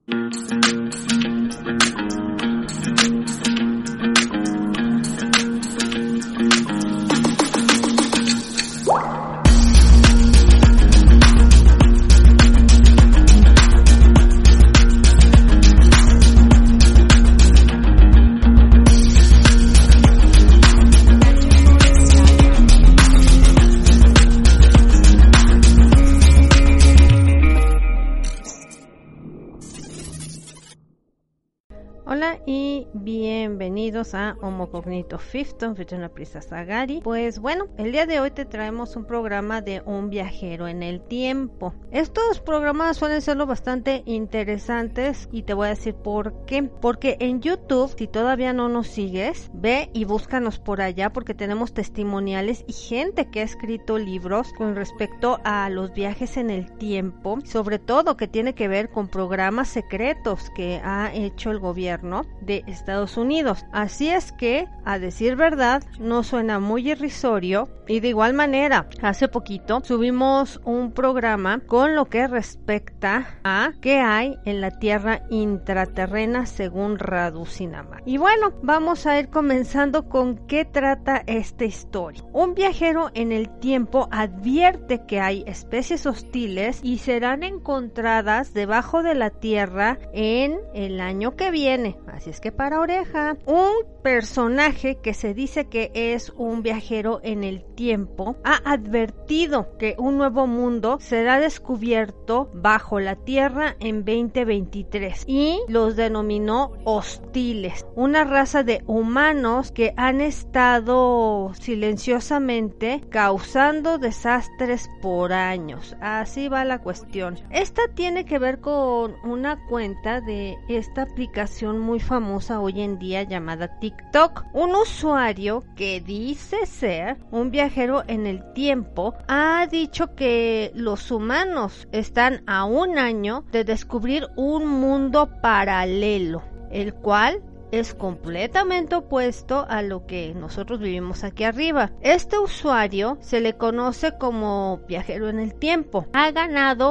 Hola y bienvenidos a Homo Cognito 15, Virginia Prisa Sagari. Pues bueno, el día de hoy te traemos un programa de un viajero en el tiempo. Estos programas suelen serlo bastante interesantes y te voy a decir por qué. Porque en YouTube, si todavía no nos sigues, ve y búscanos por allá porque tenemos testimoniales y gente que ha escrito libros con respecto a los viajes en el tiempo, sobre todo que tiene que ver con programas secretos que ha hecho el gobierno de Estados Unidos. Así es que, a decir verdad, no suena muy irrisorio. Y de igual manera, hace poquito subimos un programa con lo que respecta a qué hay en la tierra intraterrena según Radu Sinama. Y bueno, vamos a ir comenzando con qué trata esta historia. Un viajero en el tiempo advierte que hay especies hostiles y serán encontradas debajo de la tierra en el año que viene. Así es que para oreja. Un personaje que se dice que es un viajero en el tiempo ha advertido que un nuevo mundo será descubierto bajo la tierra en 2023 y los denominó hostiles, una raza de humanos que han estado silenciosamente causando desastres por años. Así va la cuestión. Esta tiene que ver con una cuenta de esta aplicación muy famosa hoy en día llamada TikTok. Un usuario que dice ser un viajero en el tiempo ha dicho que los humanos están a un año de descubrir un mundo paralelo, el cual es completamente opuesto a lo que nosotros vivimos aquí arriba. Este usuario se le conoce como viajero en el tiempo. Ha ganado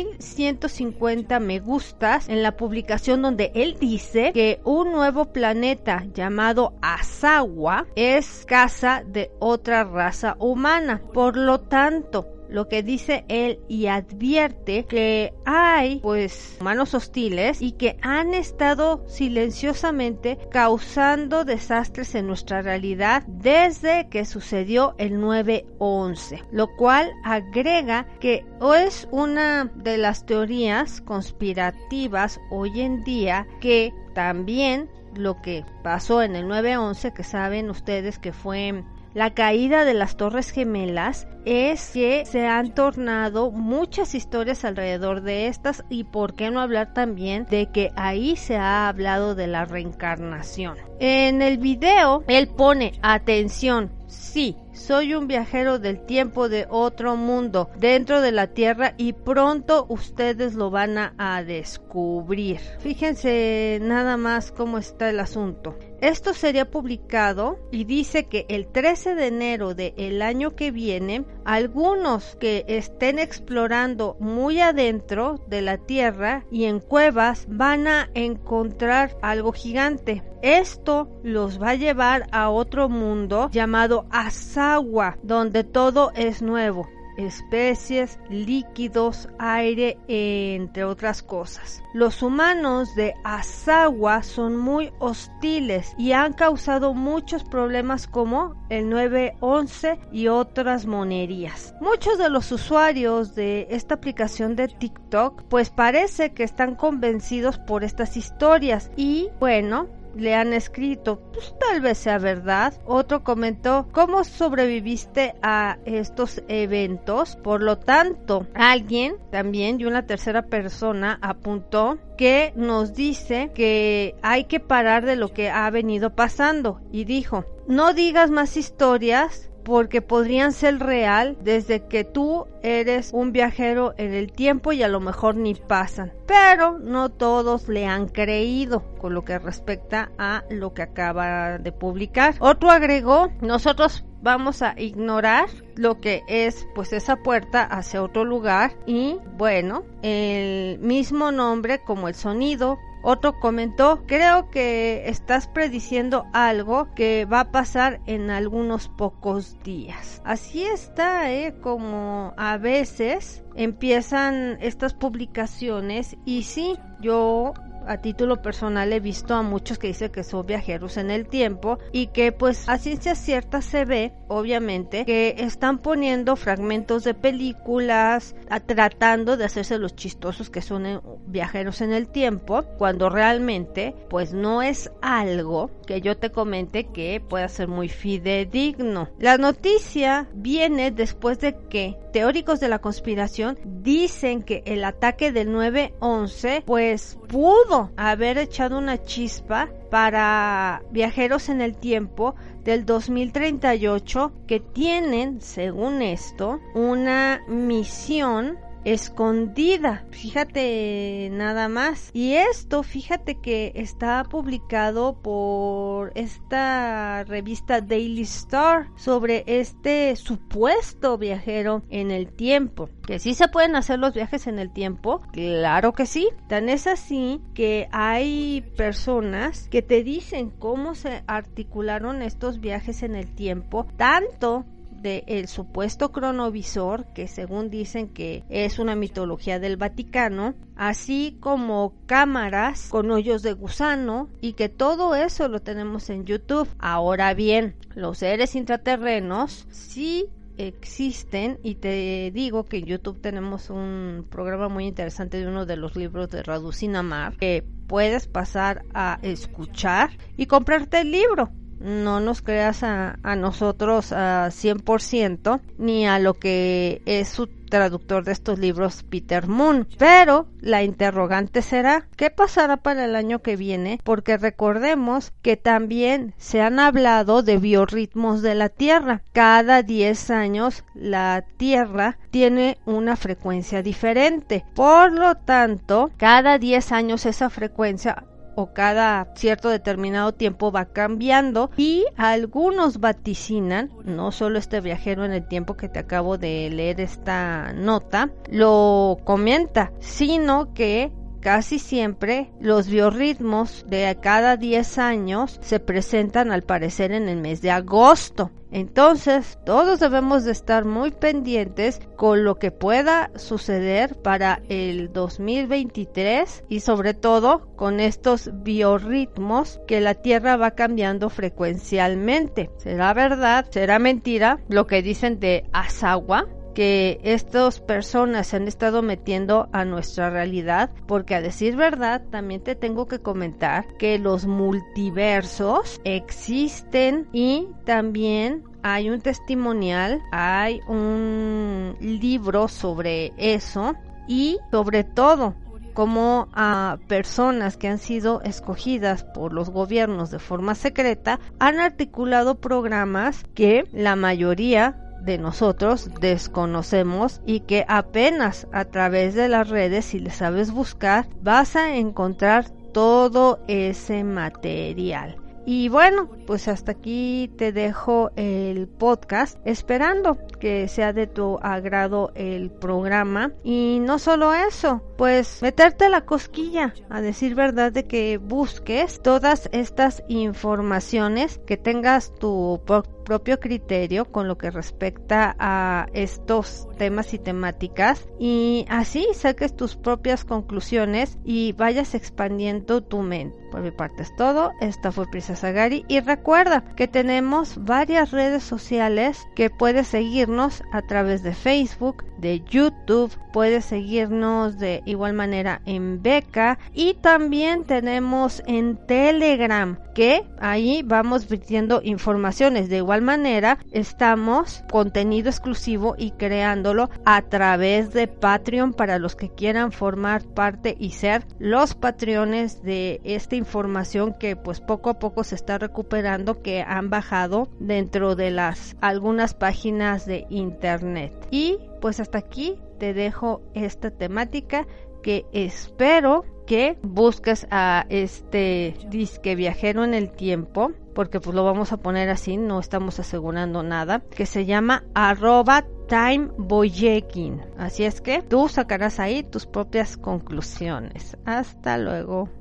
1150 me gustas en la publicación donde él dice que un nuevo planeta llamado Asawa es casa de otra raza humana. Por lo tanto, lo que dice él y advierte que hay pues humanos hostiles y que han estado silenciosamente causando desastres en nuestra realidad desde que sucedió el 9/11, lo cual agrega que es una de las teorías conspirativas hoy en día que también lo que pasó en el 9/11, que saben ustedes que fue la caída de las Torres Gemelas, es que se han tornado muchas historias alrededor de estas y por qué no hablar también de que ahí se ha hablado de la reencarnación. En el video él pone atención, sí, soy un viajero del tiempo de otro mundo dentro de la Tierra y pronto ustedes lo van a descubrir. Fíjense nada más cómo está el asunto. Esto sería publicado y dice que el 13 de enero del año que viene, algunos que estén explorando muy adentro de la Tierra y en cuevas van a encontrar algo gigante. Esto los va a llevar a otro mundo llamado Asawa, donde todo es nuevo. Especies, líquidos, aire, entre otras cosas. Los humanos de Asawa son muy hostiles y han causado muchos problemas como el 9/11 y otras monerías. Muchos de los usuarios de esta aplicación de TikTok pues parece que están convencidos por estas historias y bueno, le han escrito, pues tal vez sea verdad. Otro comentó, ¿cómo sobreviviste a estos eventos? Por lo tanto, alguien también y una tercera persona apuntó que nos dice que hay que parar de lo que ha venido pasando y dijo, no digas más historias porque podrían ser real desde que tú eres un viajero en el tiempo y a lo mejor ni pasan. Pero no todos le han creído con lo que respecta a lo que acaba de publicar. Otro agregó, nosotros vamos a ignorar lo que es pues esa puerta hacia otro lugar y bueno, el mismo nombre como el sonido. Otro comentó, creo que estás prediciendo algo que va a pasar en algunos pocos días. Así está, como a veces empiezan estas publicaciones y sí, yo a título personal he visto a muchos que dicen que son viajeros en el tiempo y que pues a ciencia cierta se ve, obviamente, que están poniendo fragmentos de películas, tratando de hacerse los chistosos que son viajeros en el tiempo, cuando realmente pues no es algo que yo te comente que pueda ser muy fidedigno. La noticia viene después de que teóricos de la conspiración dicen que el ataque del 9/11 pues pudo haber echado una chispa para viajeros en el tiempo del 2038 que tienen, según esto, una misión escondida, fíjate nada más. Y esto, fíjate que está publicado por esta revista Daily Star sobre este supuesto viajero en el tiempo. Que sí se pueden hacer los viajes en el tiempo, claro que sí. Tan es así que hay personas que te dicen cómo se articularon estos viajes en el tiempo, tanto del supuesto cronovisor, que según dicen que es una mitología del Vaticano, así como cámaras con hoyos de gusano, y que todo eso lo tenemos en YouTube. Ahora bien, los seres intraterrenos sí existen, y te digo que en YouTube tenemos un programa muy interesante de uno de los libros de Radu Sinamar que puedes pasar a escuchar y comprarte el libro. No nos creas a nosotros a 100%, ni a lo que es su traductor de estos libros, Peter Moon. Pero la interrogante será, ¿qué pasará para el año que viene? Porque recordemos que también se han hablado de biorritmos de la Tierra. Cada 10 años la Tierra tiene una frecuencia diferente. Por lo tanto, cada 10 años esa frecuencia o cada cierto determinado tiempo va cambiando, y algunos vaticinan, no solo este viajero en el tiempo que te acabo de leer esta nota lo comenta, sino que casi siempre los biorritmos de cada 10 años se presentan al parecer en el mes de agosto. Entonces, todos debemos de estar muy pendientes con lo que pueda suceder para el 2023 y sobre todo con estos biorritmos que la Tierra va cambiando frecuencialmente. ¿Será verdad? ¿Será mentira lo que dicen de Azaghal? Que estas personas se han estado metiendo a nuestra realidad, porque a decir verdad también te tengo que comentar que los multiversos existen y también hay un testimonial, hay un libro sobre eso, y sobre todo como a personas que han sido escogidas por los gobiernos de forma secreta han articulado programas que la mayoría de nosotros desconocemos y que apenas a través de las redes, si le sabes buscar, vas a encontrar todo ese material. Y bueno, pues hasta aquí te dejo el podcast, esperando que sea de tu agrado el programa. Y no solo eso, pues meterte la cosquilla, a decir verdad, de que busques todas estas informaciones, que tengas tu propio criterio con lo que respecta a estos temas y temáticas, y así saques tus propias conclusiones y vayas expandiendo tu mente. Por mi parte es todo. Esta fue Prisa Sagari, y recuerda que tenemos varias redes sociales que puedes seguirnos a través de Facebook, de YouTube, puedes seguirnos de igual manera en Beca, y también tenemos en Telegram, que ahí vamos virtiendo informaciones. De igual manera estamos contenido exclusivo y creándolo a través de Patreon para los que quieran formar parte y ser los patreones de esta información que pues poco a poco se está recuperando, que han bajado dentro de algunas páginas de internet. Y pues hasta aquí te dejo esta temática que espero que busques a este disque viajero en el tiempo, porque pues lo vamos a poner así, no estamos asegurando nada, que se llama @timeboyekin. Así es que tú sacarás ahí tus propias conclusiones. Hasta luego.